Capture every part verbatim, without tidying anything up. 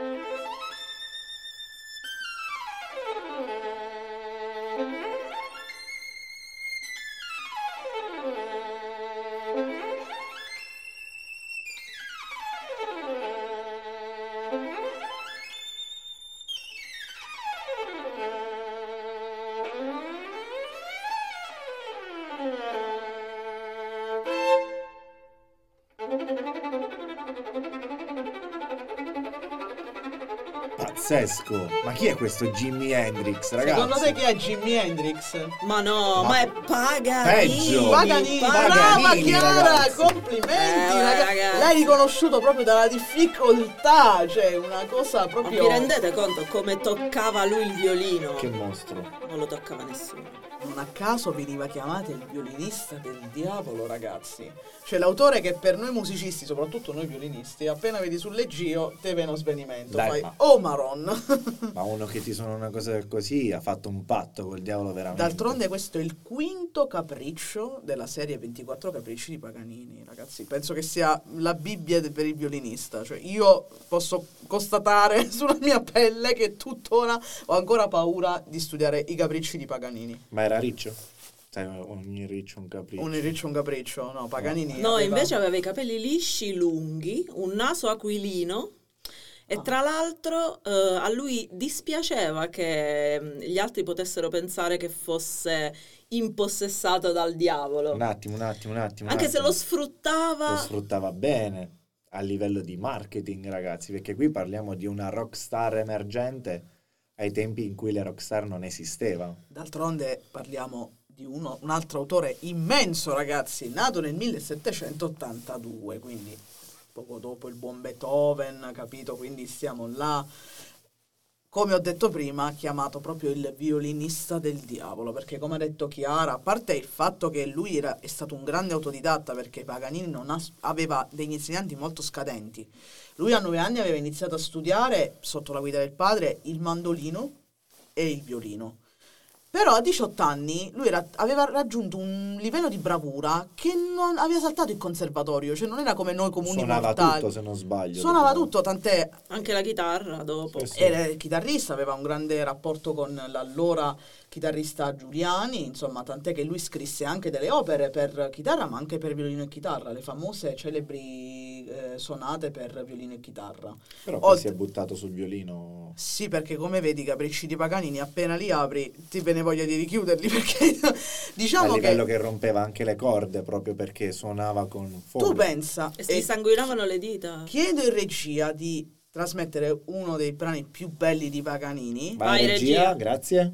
Pazzesco. Ma chi è questo Jimi Hendrix, ragazzi? Secondo te chi è Jimi Hendrix? Ma no, ma, Ma è Paganini. peggio. Paganini, Paganini, brava Chiara, ragazzi. complimenti, Eh, raga- ragazzi. l'hai riconosciuto proprio dalla difficoltà, cioè una cosa Ma proprio... vi rendete conto come toccava lui il violino? Che mostro. Non lo toccava nessuno. Non a caso veniva chiamato il violinista del diavolo, ragazzi. Cioè l'autore che per noi musicisti, soprattutto noi violinisti, appena vedi sul leggio te viene uno svenimento. Dai, Fai, ma- oh Maron. Ma uno che ti suona una cosa così ha fatto un patto col diavolo veramente. D'altronde questo è il quinto capriccio della serie ventiquattro capricci di Paganini, ragazzi. Penso che sia la Bibbia de- per il violinista. Cioè io posso constatare sulla mia pelle che tuttora ho ancora paura di studiare i capricci di Paganini. Ma era riccio? Sai, ogni riccio un capriccio. Un riccio, un capriccio. No, Paganini No, aveva- invece aveva i capelli lisci, lunghi, un naso aquilino e Ah. tra l'altro eh, a lui dispiaceva che mm, gli altri potessero pensare che fosse impossessato dal diavolo. Un attimo, un attimo, un attimo. un Anche se attimo. lo sfruttava. Lo sfruttava bene a livello di marketing, ragazzi, perché qui parliamo di una rockstar emergente ai tempi in cui le rockstar non esistevano. D'altronde parliamo di uno, un altro autore immenso, ragazzi, nato nel millesettecentottantadue, quindi poco dopo il buon Beethoven, capito? Quindi stiamo là, come ho detto prima, chiamato proprio il violinista del diavolo, perché come ha detto Chiara, a parte il fatto che lui era, è stato un grande autodidatta, perché Paganini non ha, aveva degli insegnanti molto scadenti. Lui a nove anni aveva iniziato a studiare, sotto la guida del padre, il mandolino e il violino. Però a diciotto anni lui era, aveva raggiunto un livello di bravura che non aveva saltato il conservatorio, cioè non era come noi comuni Suonava mortali. tutto, se non sbaglio. Suonava dopo. tutto, tant'è Anche la chitarra dopo. Sì, sì. era il chitarrista, aveva un grande rapporto con l'allora chitarrista Giuliani, insomma, tant'è che lui scrisse anche delle opere per chitarra, ma anche per violino e chitarra, le famose celebri eh, sonate per violino e chitarra. Però poi Oltre- si è buttato sul violino. Sì, perché come vedi i capricci di Paganini, appena li apri ti viene voglia di richiuderli, perché diciamo a livello che, che rompeva anche le corde, proprio perché suonava con fuoco. tu pensa, E si e sanguinavano le dita. chiedo in regia di trasmettere uno dei brani più belli di Paganini. Vai, Vai, regia, regia. grazie.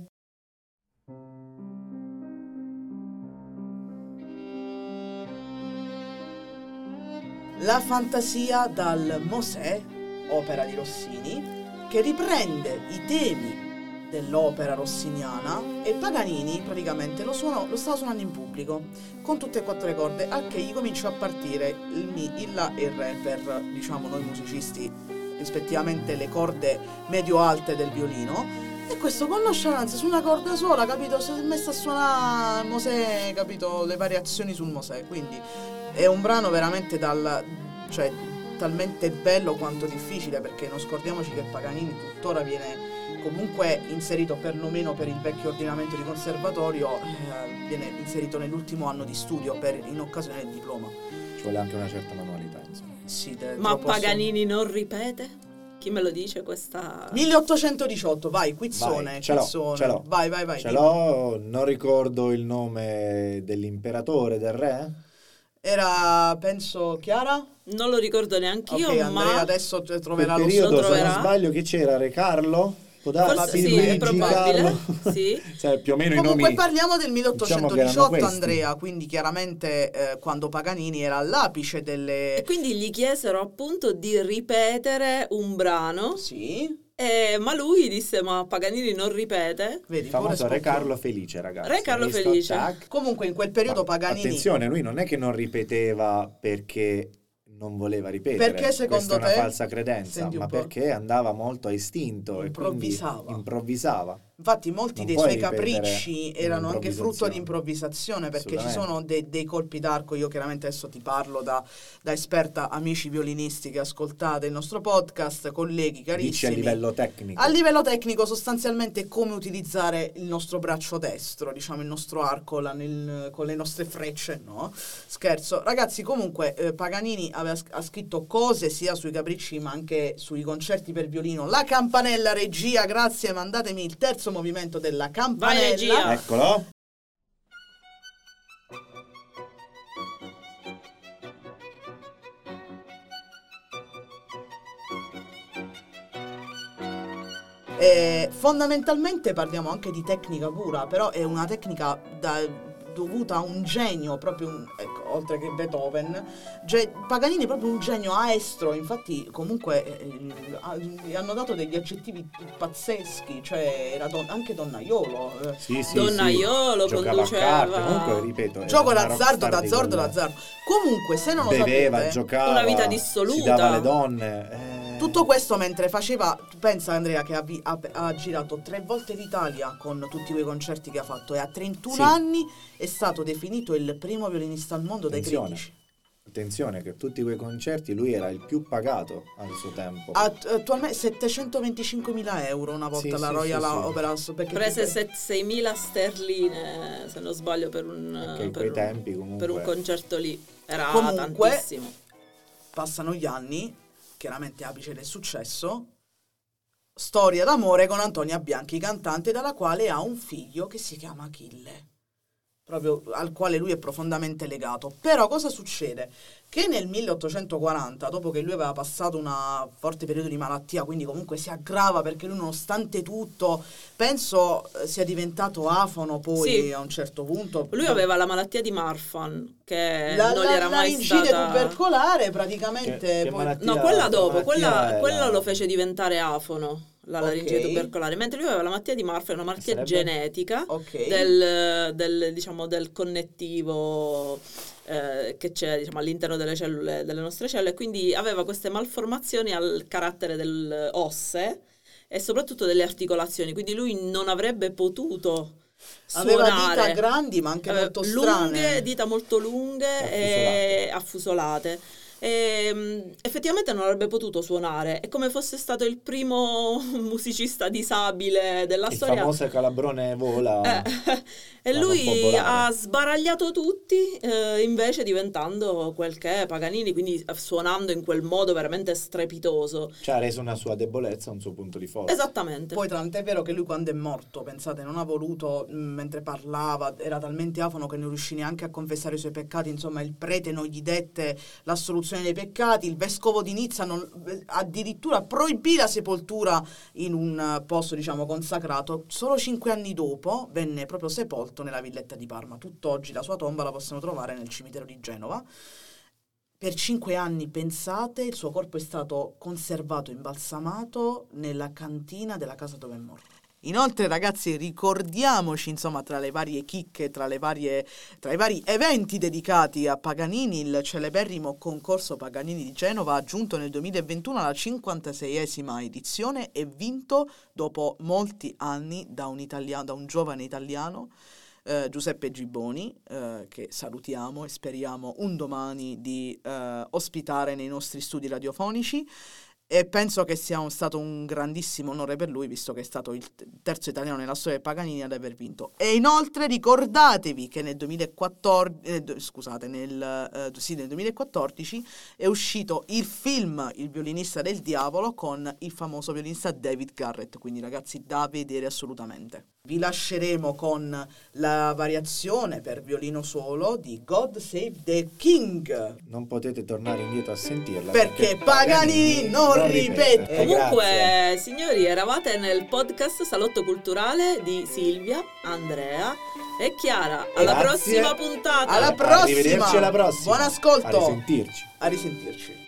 La fantasia dal Mosè, opera di Rossini, che riprende i temi dell'opera rossiniana e Paganini praticamente lo, suonò, lo stava suonando in pubblico con tutte e quattro le corde, a che gli comincia a partire il Mi, il La e il Re per, diciamo, noi musicisti, rispettivamente le corde medio-alte del violino, e questo con nonchalance su una corda sola, capito, si è messo a suonare Mosè, capito, le variazioni sul Mosè, quindi è un brano veramente dal, cioè, talmente bello quanto difficile, perché non scordiamoci che Paganini tuttora viene comunque inserito, perlomeno per il vecchio ordinamento di conservatorio, eh, viene inserito nell'ultimo anno di studio per, in occasione del diploma. Ci vuole anche una certa manualità, insomma. Sì, te- te Ma lo posso- Paganini non ripete? Chi me lo dice questa? milleottocentodiciotto, vai, quizzone, Vai, ce l'ho, quizzone. ce l'ho. Vai, vai, vai. Ce dimmi. l'ho, non ricordo il nome dell'imperatore, del re. Era, penso, Chiara? Non lo ricordo neanche io, Ok, Andrea ma adesso t- Quel troverà lo periodo, se troverà. non sbaglio, chi c'era? Re Carlo? Può darsi? forse sì, Luigi è probabile. Carlo? Sì. Cioè, più o meno Comunque i nomi. parliamo del diciamo che erano milleottocentodiciotto, questi. Andrea, quindi chiaramente eh, quando Paganini era all'apice delle... E quindi gli chiesero appunto di ripetere un brano, Sì, e- ma lui disse: ma Paganini non ripete. vedi, Il pure famoso Re spocchio. Carlo Felice, ragazzi. Re Carlo Hai visto? Felice. Tac. Comunque in quel periodo Ma Paganini... attenzione, lui non è che non ripeteva perché non voleva ripetere. Perché secondo Questa è una te? falsa credenza, Senti un ma po'. perché andava molto a istinto. e quindi Improvvisava. improvvisava. Infatti molti Non dei puoi suoi ripetere capricci erano anche frutto di un'improvvisazione. improvvisazione, perché ci Assolutamente. sono de- dei colpi d'arco. Io chiaramente adesso ti parlo da, da esperta, amici violinisti che ascoltate il nostro podcast, colleghi carissimi. Dici a livello tecnico. A livello tecnico sostanzialmente come utilizzare il nostro braccio destro, diciamo il nostro arco la- nel- con le nostre frecce, no? Scherzo. Ragazzi, comunque eh, Paganini aveva, sc- ha scritto cose sia sui capricci ma anche sui concerti per violino. La campanella, regia, grazie, mandatemi il terzo movimento della campanella. Vai, regia. Eccolo. Eh, fondamentalmente parliamo anche di tecnica pura, però è una tecnica da- dovuta a un genio, proprio un- ecco, oltre che Beethoven, ge- Paganini è proprio un genio aestro. Infatti comunque eh, ha- gli hanno dato degli aggettivi pazzeschi, cioè era don- anche donnaiolo, eh. Sì, sì, Donnaiolo, sì. Giocava a conduceva- carte. Comunque, ripeto, era Gioco una d'azzardo, rockstar di d'azzardo, quel- d'azzardo. Comunque, se non lo Beveva, sapete, giocava. Una vita dissoluta. Si dava alle donne. eh. tutto questo mentre faceva, tu pensa Andrea che ha, vi- ha- ha girato tre volte l'Italia con tutti quei concerti che ha fatto, e a trentuno Sì. anni è stato definito il primo violinista al mondo dai Attenzione. critici. Attenzione che tutti quei concerti lui era il più pagato al suo tempo. At- attualmente settecentoventicinquemila euro una volta Sì, la sì, Royal sì, sì. Opera House, perché Prese tu- set- seimila sterline, se non sbaglio, per un, Perché in per quei un- tempi comunque per un concerto lì. Era Comunque- tantissimo. passano gli anni, chiaramente apice del successo, storia d'amore con Antonia Bianchi, cantante dalla quale ha un figlio che si chiama Achille, proprio al quale lui è profondamente legato. Però cosa succede? Che nel milleottocentoquaranta, dopo che lui aveva passato un forte periodo di malattia, quindi comunque si aggrava perché lui nonostante tutto, penso eh, sia diventato afono poi Sì. a un certo punto. Lui aveva la malattia di Marfan, che la, non gli era la mai laringite stata... tubercolare praticamente. Che- che poi- malattia- No, quella dopo, malattia quella, era- quella lo fece diventare afono, la Ok. laringite tubercolare, mentre lui aveva la malattia di Marfan, una malattia Sarebbe? genetica Ok. del, del, diciamo, del connettivo eh, che c'è, diciamo, all'interno delle cellule, delle nostre cellule, quindi aveva queste malformazioni al carattere del osse e soprattutto delle articolazioni, quindi lui non avrebbe potuto Aveva suonare. dita grandi ma anche Aveva molto lunghe, strane. dita molto lunghe e affusolate. E, mh, effettivamente non avrebbe potuto suonare, è come fosse stato il primo musicista disabile della il storia. famoso calabrone vola. Eh, e Ma non può lui volare. ha sbaragliato tutti, eh, invece diventando quel che è Paganini, quindi suonando in quel modo veramente strepitoso. Ci ha reso una sua debolezza un suo punto di forza. Esattamente. Poi tant'è vero che lui quando è morto, pensate, non ha voluto, mh, mentre parlava, era talmente afono che non riuscì neanche a confessare i suoi peccati. Insomma, il prete non gli dette l'assoluzione dei peccati, il vescovo di Nizza non, addirittura proibì la sepoltura in un eh, posto, diciamo, consacrato. Solo cinque anni dopo venne proprio sepolto nella villetta di Parma. Tutt'oggi la sua tomba la possiamo trovare nel cimitero di Genova. Per cinque anni, pensate, il suo corpo è stato conservato, imbalsamato nella cantina della casa dove è morto. Inoltre, ragazzi, ricordiamoci, insomma, tra le varie chicche, tra le varie, tra i vari eventi dedicati a Paganini, il celeberrimo concorso Paganini di Genova ha giunto nel duemilaventuno alla cinquantaseiesima edizione e vinto dopo molti anni da un italiano, da un giovane italiano, eh, Giuseppe Gibboni, eh, che salutiamo e speriamo un domani di eh, ospitare nei nostri studi radiofonici. E penso che sia un, stato un grandissimo onore per lui, visto che è stato il terzo italiano nella storia di Paganini ad aver vinto. E inoltre ricordatevi che nel duemilaquattordici, eh, scusate, nel, eh, sì, nel duemilaquattordici è uscito il film Il violinista del diavolo con il famoso violinista David Garrett, quindi ragazzi da vedere assolutamente. Vi lasceremo con la variazione per violino solo di God Save the King. Non potete tornare indietro a sentirla Perché Paganini non ripete. Eh, Comunque, grazie. signori, eravate nel podcast Salotto Culturale di Silvia, Andrea e Chiara. Alla Grazie. prossima puntata! Alla prossima. Arrivederci alla prossima. Buon ascolto. A risentirci. A risentirci.